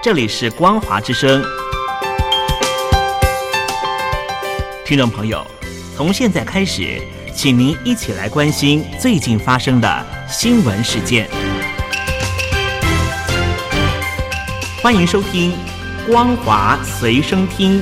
这里是光华之声。听众朋友，从现在开始，请您一起来关心最近发生的新闻事件。欢迎收听光华随声听。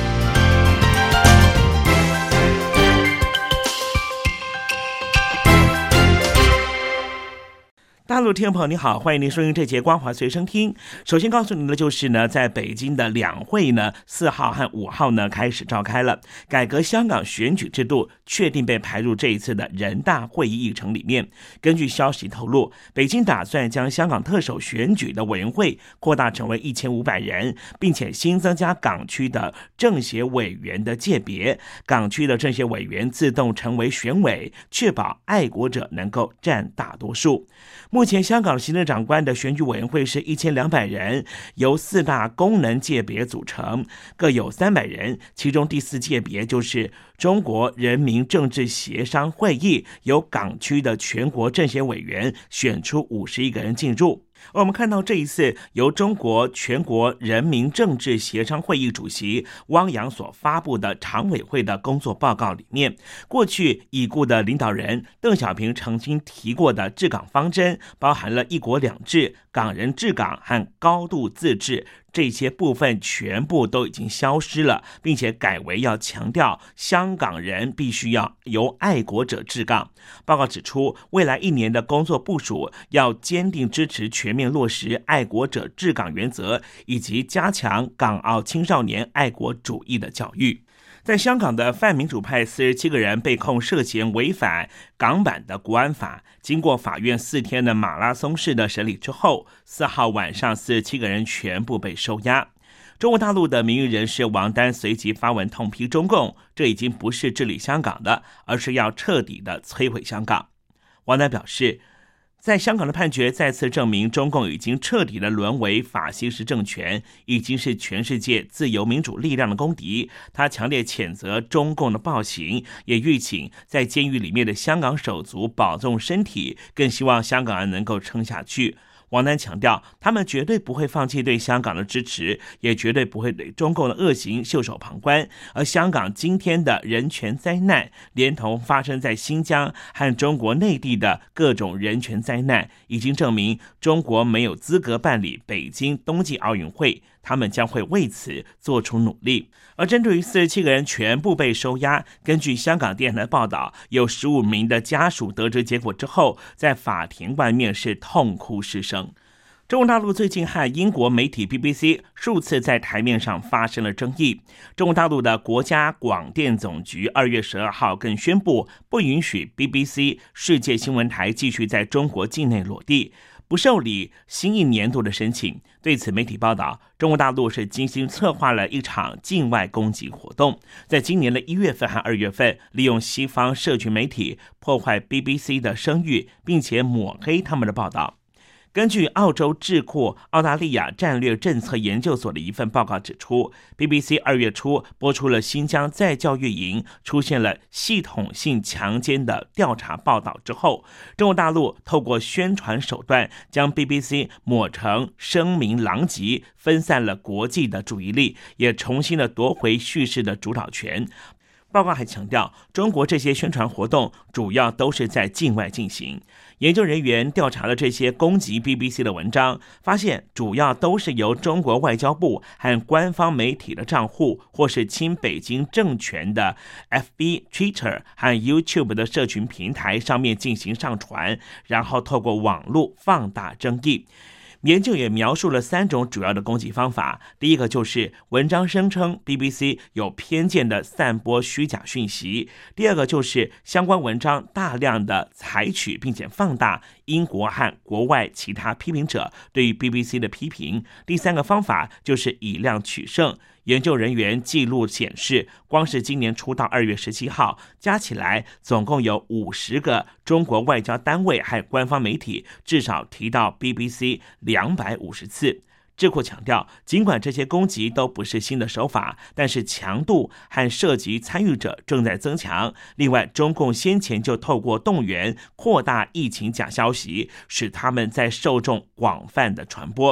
大陆听众朋友你好，欢迎您收听这节光华随声听。首先告诉您的就是呢，在北京的两会呢，4号和5号呢开始召开了。改革香港选举制度确定被排入这一次的人大会议议程里面。根据消息透露，北京打算将香港特首选举的委员会扩大成为1500人，并且新增加港区的政协委员的界别，港区的政协委员自动成为选委，确保爱国者能够占大多数。目前香港行政长官的选举委员会是1200人，由4大功能界别组成，各有300人，其中第4界别就是中国人民政治协商会议，由港区的全国政协委员选出51个人进入。我们看到这一次由中国全国人民政治协商会议主席汪洋所发布的常委会的工作报告里面，过去已故的领导人邓小平曾经提过的治港方针，包含了一国两制、港人治港和高度自治，这些部分全部都已经消失了，并且改为要强调香港人必须要由爱国者治港。报告指出，未来1年的工作部署要坚定支持全面落实爱国者治港原则，以及加强港澳青少年爱国主义的教育。在香港的泛民主派47个人被控涉嫌违反港版的国安法，经过法院4天的马拉松式的审理之后，4号晚上47个人全部被收押。中国大陆的名誉人士王丹随即发文痛批中共，这已经不是治理香港的，而是要彻底的摧毁香港。王丹表示，在香港的判决再次证明，中共已经彻底的沦为法西斯政权，已经是全世界自由民主力量的公敌。他强烈谴责中共的暴行，也吁请在监狱里面的香港手足保重身体，更希望香港人能够撑下去。王丹强调，他们绝对不会放弃对香港的支持，也绝对不会对中共的恶行袖手旁观。而香港今天的人权灾难，连同发生在新疆和中国内地的各种人权灾难，已经证明中国没有资格办理北京冬季奥运会，他们将会为此做出努力。而针对于47个人全部被收押，根据香港电台报道，有15名的家属得知结果之后，在法庭外面是痛哭失声。中国大陆最近和英国媒体 BBC 数次在台面上发生了争议。中国大陆的国家广电总局2月12号更宣布，不允许 BBC 世界新闻台继续在中国境内落地，不受理新一年度的申请。对此，媒体报道，中国大陆是精心策划了一场境外攻击活动，在今年的1月份和2月份，利用西方社群媒体破坏 BBC 的声誉，并且抹黑他们的报道。根据澳洲智库澳大利亚战略政策研究所的一份报告指出， BBC 2月初播出了新疆再教育营出现了系统性强奸的调查报道之后，中国大陆透过宣传手段将 BBC 抹成声名狼藉，分散了国际的注意力，也重新的夺回叙事的主导权。报告还强调，中国这些宣传活动主要都是在境外进行。研究人员调查了这些攻击 BBC 的文章，发现主要都是由中国外交部和官方媒体的账户，或是亲北京政权的 FB、Twitter 和 YouTube 的社群平台上面进行上传，然后透过网络放大争议。研究也描述了3种主要的攻击方法。第一个就是文章声称 BBC 有偏见的散播虚假讯息；第二个就是相关文章大量的采取并且放大英国和国外其他批评者对于 BBC 的批评；第3个方法就是以量取胜。研究人员记录显示，光是今年初到2月17号，加起来总共有50个中国外交单位和官方媒体至少提到 BBC 250次。智库强调，尽管这些攻击都不是新的手法，但是强度和涉及参与者正在增强。另外，中共先前就透过动员扩大疫情假消息，使他们在受众广泛的传播。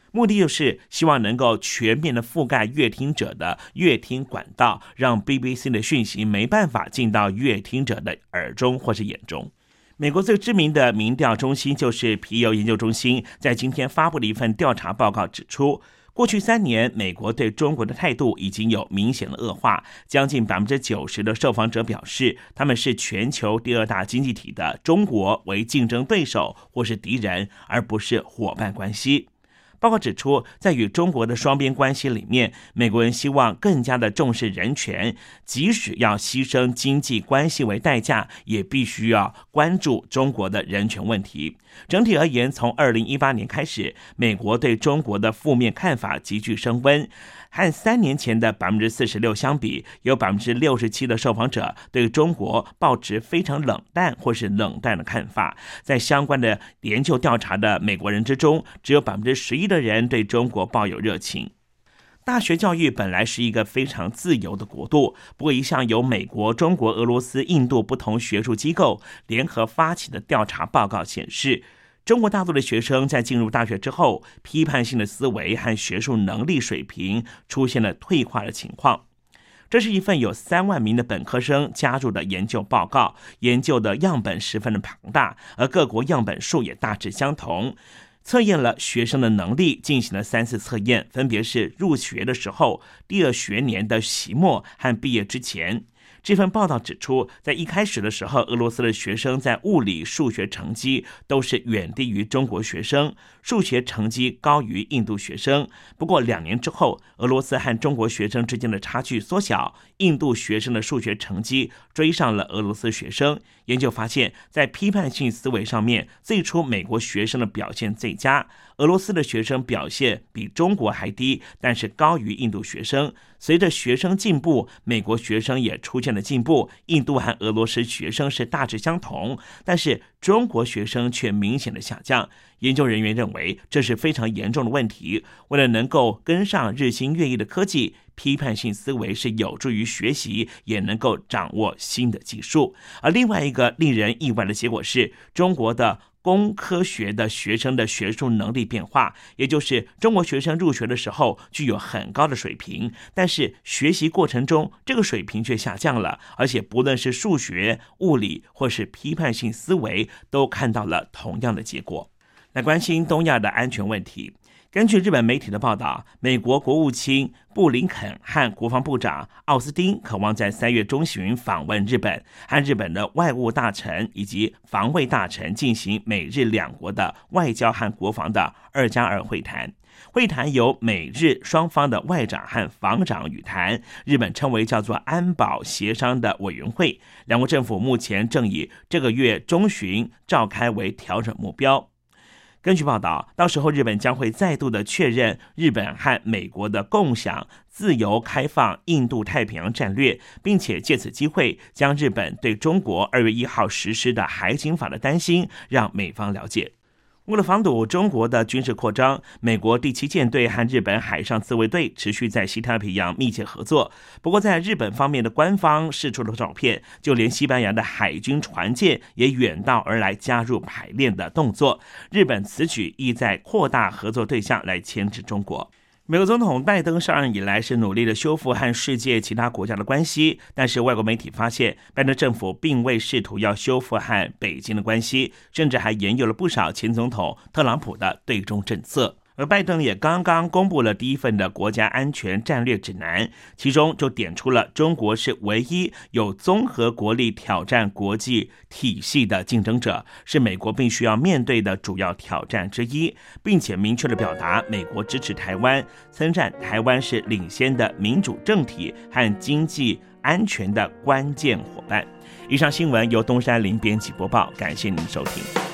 目的就是希望能够全面的覆盖阅听者的阅听管道，让 BBC 的讯息没办法进到阅听者的耳中或是眼中。美国最知名的民调中心就是皮尤研究中心，在今天发布了一份调查报告，指出过去3年，美国对中国的态度已经有明显的恶化，将近90%的受访者表示，他们视全球第2大经济体的中国为竞争对手或是敌人，而不是伙伴关系。报告指出，在与中国的双边关系里面，美国人希望更加的重视人权，即使要牺牲经济关系为代价，也必须要关注中国的人权问题。整体而言，从2018年开始，美国对中国的负面看法急剧升温，和3年前的46%相比，有67%的受访者对中国抱持非常冷淡或是冷淡的看法。在相关的研究调查的美国人之中，只有11%的人对中国抱有热情。大学教育本来是一个非常自由的国度，不过一项由美国、中国、俄罗斯、印度不同学术机构联合发起的调查报告显示，中国大陆的学生在进入大学之后，批判性的思维和学术能力水平出现了退化的情况。这是一份有3万名的本科生加入的研究报告，研究的样本十分的庞大，而各国样本数也大致相同。测验了学生的能力，进行了3次测验，分别是入学的时候、第2学年的期末和毕业之前。这份报道指出，在一开始的时候，俄罗斯的学生在物理、数学成绩都是远低于中国学生，数学成绩高于印度学生。不过2年之后，俄罗斯和中国学生之间的差距缩小，印度学生的数学成绩追上了俄罗斯学生。研究发现，在批判性思维上面，最初美国学生的表现最佳，俄罗斯的学生表现比中国还低，但是高于印度学生。随着学生进步，美国学生也出现了进步，印度和俄罗斯学生是大致相同，但是中国学生却明显的下降。研究人员认为这是非常严重的问题，为了能够跟上日新月异的科技，批判性思维是有助于学习，也能够掌握新的技术。而另外一个令人意外的结果是，中国的工科学的学生的学术能力变化，也就是中国学生入学的时候具有很高的水平，但是学习过程中这个水平却下降了，而且不论是数学、物理或是批判性思维，都看到了同样的结果。来关心东亚的安全问题。根据日本媒体的报道，美国国务卿布林肯和国防部长奥斯汀渴望在3月中旬访问日本，和日本的外务大臣以及防卫大臣进行美日2国的外交和国防的2+2会谈。会谈由美日双方的外长和防长与谈，日本称为叫做安保协商的委员会。两国政府目前正以这个月中旬召开为调整目标。根据报道，到时候日本将会再度的确认日本和美国的共享自由开放印度太平洋战略，并且借此机会将日本对中国2月1号实施的海警法的担心让美方了解。为了防堵中国的军事扩张，美国第7舰队和日本海上自卫队持续在西太平洋密切合作。不过在日本方面的官方释出了照片，就连西班牙的海军船舰也远道而来加入排练的动作。日本此举意在扩大合作对象来牵制中国。美国总统拜登上任以来是努力的修复和世界其他国家的关系，但是外国媒体发现，拜登政府并未试图要修复和北京的关系，甚至还沿用了不少前总统特朗普的对中政策。而拜登也刚刚公布了第1份的国家安全战略指南，其中就点出了中国是唯一有综合国力挑战国际体系的竞争者，是美国必须要面对的主要挑战之一，并且明确的表达美国支持台湾，称赞台湾是领先的民主政体和经济安全的关键伙伴。以上新闻由东山林编辑播报，感谢您的收听。